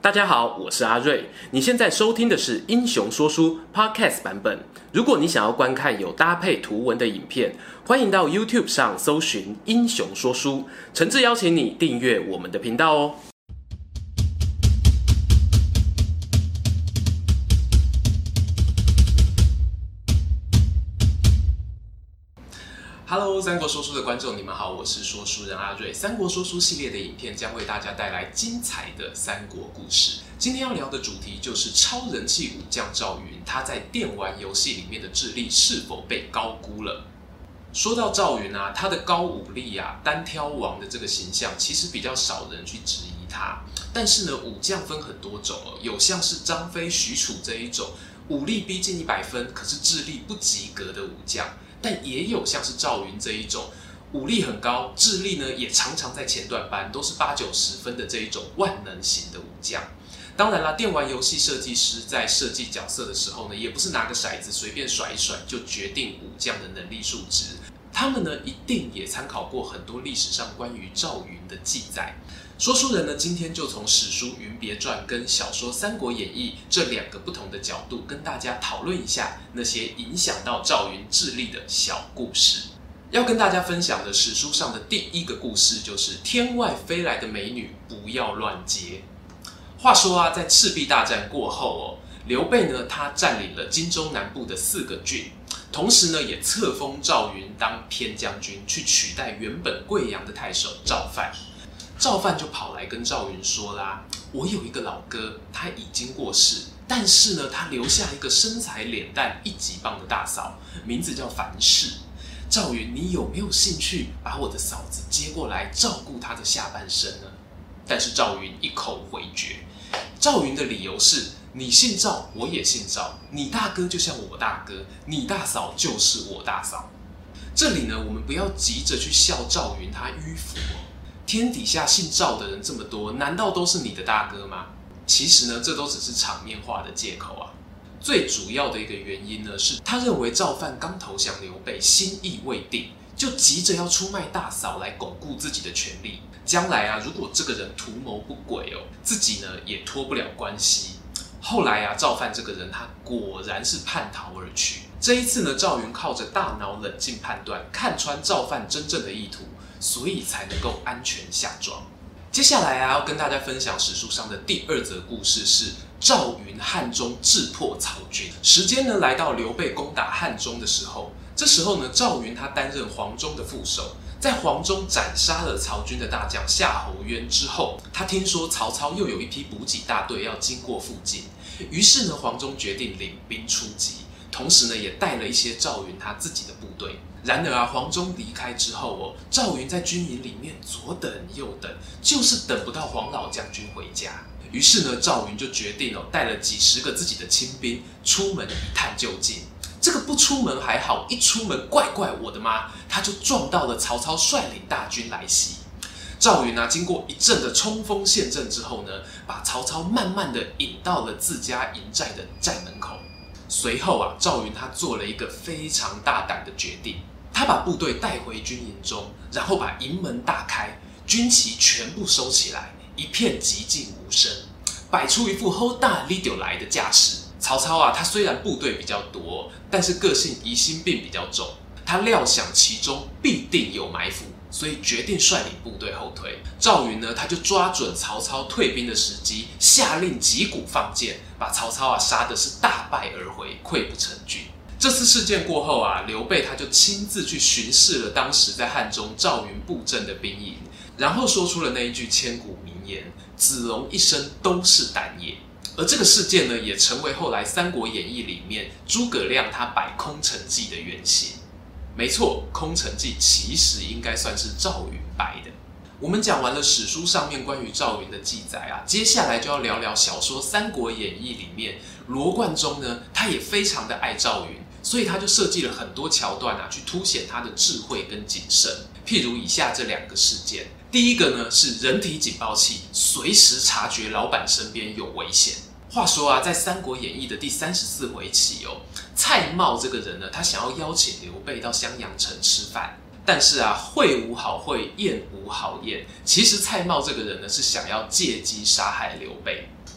大家好，我是阿瑞。你现在收听的是《英雄说书》Podcast 版本。如果你想要观看有搭配图文的影片，欢迎到 YouTube 上搜寻《英雄说书》，诚挚邀请你订阅我们的频道哦。Hello， 三国说书的观众，你们好，我是说书人阿瑞。三国说书系列的影片将为大家带来精彩的三国故事。今天要聊的主题就是超人气武将赵云，他在电玩游戏里面的智力是否被高估了？说到赵云啊，他的高武力啊，单挑王的这个形象，其实比较少人去质疑他。但是呢，武将分很多种哦，有像是张飞、许褚这一种武力逼近100分，可是智力不及格的武将。但也有像是赵云这一种武力很高，智力呢也常常在前段班，都是80-90分的这一种万能型的武将。当然啦，电玩游戏设计师在设计角色的时候呢，也不是拿个骰子随便甩一甩就决定武将的能力数值，他们呢一定也参考过很多历史上关于赵云的记载。说书人呢，今天就从史书《云别传》跟小说《三国演义》这两个不同的角度，跟大家讨论一下那些影响到赵云智力的小故事。要跟大家分享的史书上的第一个故事，就是天外飞来的美女，不要乱接。话说啊，在赤壁大战过后哦，刘备呢，他占领了荆州南部的4个郡，同时呢，也册封赵云当偏将军，去取代原本贵阳的太守赵范。赵范就跑来跟赵云说啦：“我有一个老哥，他已经过世，但是呢，他留下一个身材脸蛋1级棒的大嫂，名字叫樊氏。赵云，你有没有兴趣把我的嫂子接过来照顾她的下半生呢？”但是赵云一口回绝。赵云的理由是：你姓赵，我也姓赵，你大哥就像我大哥，你大嫂就是我大嫂。这里呢，我们不要急着去笑赵云他迂腐哦。天底下姓赵的人这么多，难道都是你的大哥吗？其实呢，这都只是场面话的借口啊。最主要的一个原因呢，是他认为赵范刚投降刘备，心意未定，就急着要出卖大嫂来巩固自己的权力。将来啊，如果这个人图谋不轨哦，自己呢也脱不了关系。后来啊，赵范这个人他果然是叛逃而去。这一次呢，赵云靠着大脑冷静判断，看穿赵范真正的意图，所以才能够安全下庄。接下来啊，要跟大家分享史书上的第2则故事是赵云汉中智破曹军。时间呢来到刘备攻打汉中的时候，这时候呢，赵云他担任黄忠的副手，在黄忠斩杀了曹军的大将夏侯渊之后，他听说曹操又有一批补给大队要经过附近，于是呢，黄忠决定领兵出击，同时呢，也带了一些赵云他自己的部队。然而啊，黄忠离开之后哦，赵云在军营里面左等右等，就是等不到黄老将军回家。于是呢，赵云就决定带了几十个自己的亲兵出门一探究竟。这个不出门还好，一出门怪我的妈，他就撞到了曹操率领大军来袭。赵云啊，经过一阵的冲锋陷阵之后呢，把曹操慢慢的引到了自家营寨的寨门口。随后啊，赵云他做了一个非常大胆的决定，他把部队带回军营中，然后把营门打开，军旗全部收起来，一片寂静无声，摆出一副好大力就来的架势。曹操啊，他虽然部队比较多，但是个性疑心病比较重，他料想其中必定有埋伏，所以决定率领部队后退。赵云呢，他就抓准曹操退兵的时机，下令击鼓放箭，把曹操啊杀的是大败而回，溃不成军。这次事件过后啊，刘备他就亲自去巡视了当时在汉中赵云布阵的兵营，然后说出了那一句千古名言：子龙一生都是胆也。而这个事件呢，也成为后来《三国演义》里面诸葛亮他摆空城计的原型。没错，空城计其实应该算是赵云摆的。我们讲完了史书上面关于赵云的记载啊，接下来就要聊聊小说《三国演义》里面罗贯中呢，他也非常的爱赵云，所以他就设计了很多桥段啊，去凸显他的智慧跟谨慎。譬如以下这2个事件，第一个呢是人体警报器随时察觉老板身边有危险。话说啊，在《三国演义》的第34回起哦，蔡瑁这个人呢，他想要邀请刘备到襄阳城吃饭，但是啊，会无好会，宴无好宴。其实蔡瑁这个人呢，是想要借机杀害刘备。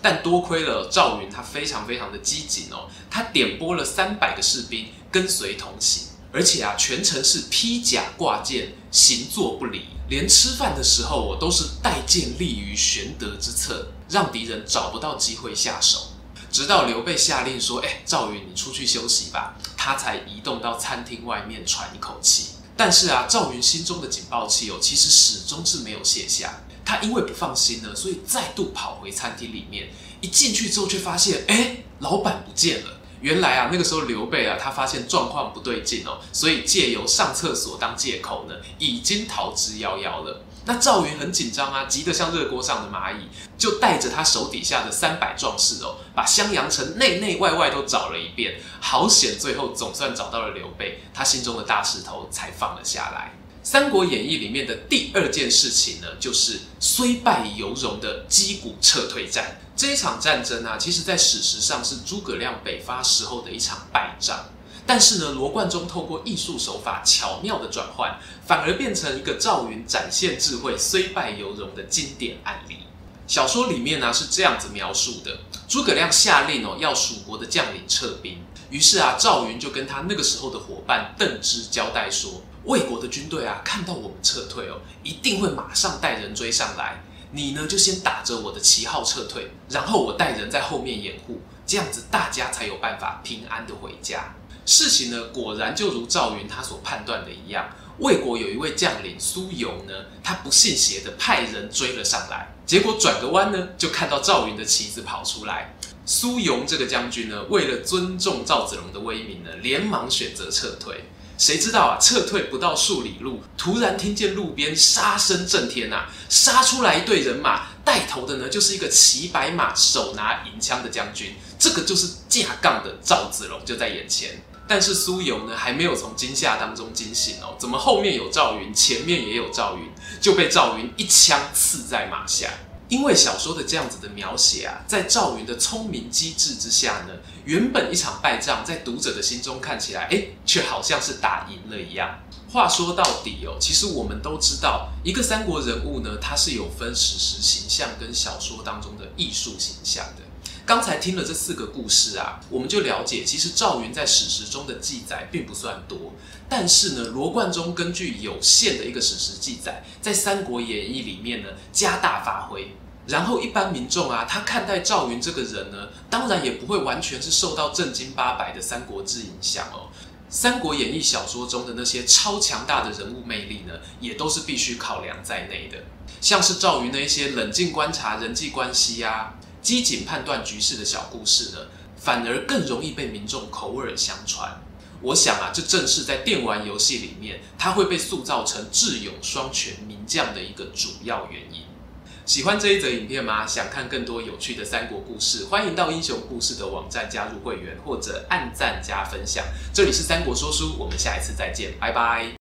但多亏了赵云他非常非常的机警哦，他点拨了300个士兵跟随同行，而且啊全程是披甲挂剑，行坐不离，连吃饭的时候都是带剑立于玄德之侧，让敌人找不到机会下手。直到刘备下令说：“赵云你出去休息吧”，他才移动到餐厅外面喘一口气。但是啊，赵云心中的警报器其实始终是没有卸下。他因为不放心呢，所以再度跑回餐厅里面。一进去之后，却发现，老板不见了。原来啊，那个时候刘备啊，他发现状况不对劲哦，所以借由上厕所当借口呢，已经逃之夭夭了。那赵云很紧张啊，急得像热锅上的蚂蚁，就带着他手底下的300壮士把襄阳城内内外外都找了一遍，好险最后总算找到了刘备，他心中的大石头才放了下来。《三国演义》里面的第2件事情呢，就是虽败犹荣的击鼓撤退战。这一场战争啊，其实在史实上是诸葛亮北伐时候的一场败仗。但是呢，罗贯中透过艺术手法巧妙的转换，反而变成一个赵云展现智慧、虽败犹荣的经典案例。小说里面呢是这样子描述的：诸葛亮下令要蜀国的将领撤兵，于是啊，赵云就跟他那个时候的伙伴邓芝交代说，魏国的军队啊，看到我们撤退一定会马上带人追上来。你呢，就先打着我的旗号撤退，然后我带人在后面掩护，这样子大家才有办法平安的回家。事情呢，果然就如赵云他所判断的一样，魏国有一位将领苏由呢，他不信邪的派人追了上来，结果转个弯呢，就看到赵云的旗子跑出来。苏由这个将军呢，为了尊重赵子龙的威名呢，连忙选择撤退。谁知道啊，撤退不到数里路，突然听见路边杀声震天啊，杀出来一队人马，带头的呢就是一个骑白马、手拿银枪的将军，这个就是架杠的赵子龙就在眼前。但是苏由呢，还没有从惊吓当中惊醒怎么后面有赵云，前面也有赵云，就被赵云一枪刺在马下。因为小说的这样子的描写啊，在赵云的聪明机智之下呢，原本一场败仗在读者的心中看起来，却好像是打赢了一样。话说到底其实我们都知道，一个三国人物呢，它是有分史实形象跟小说当中的艺术形象的。刚才听了这4个故事啊，我们就了解，其实赵云在史实中的记载并不算多，但是呢，罗贯中根据有限的一个史实记载，在《三国演义》里面呢加大发挥。然后一般民众啊，他看待赵云这个人呢，当然也不会完全是受到正经八百的《三国志》影响《三国演义》小说中的那些超强大的人物魅力呢，也都是必须考量在内的。像是赵云那一些冷静观察人际关系啊，机警判断局势的小故事呢，反而更容易被民众口耳相传。我想啊，这正是在电玩游戏里面，它会被塑造成智勇双全名将的一个主要原因。喜欢这一则影片吗？想看更多有趣的三国故事，欢迎到英雄故事的网站加入会员，或者按赞加分享。这里是三国说书，我们下一次再见，拜拜。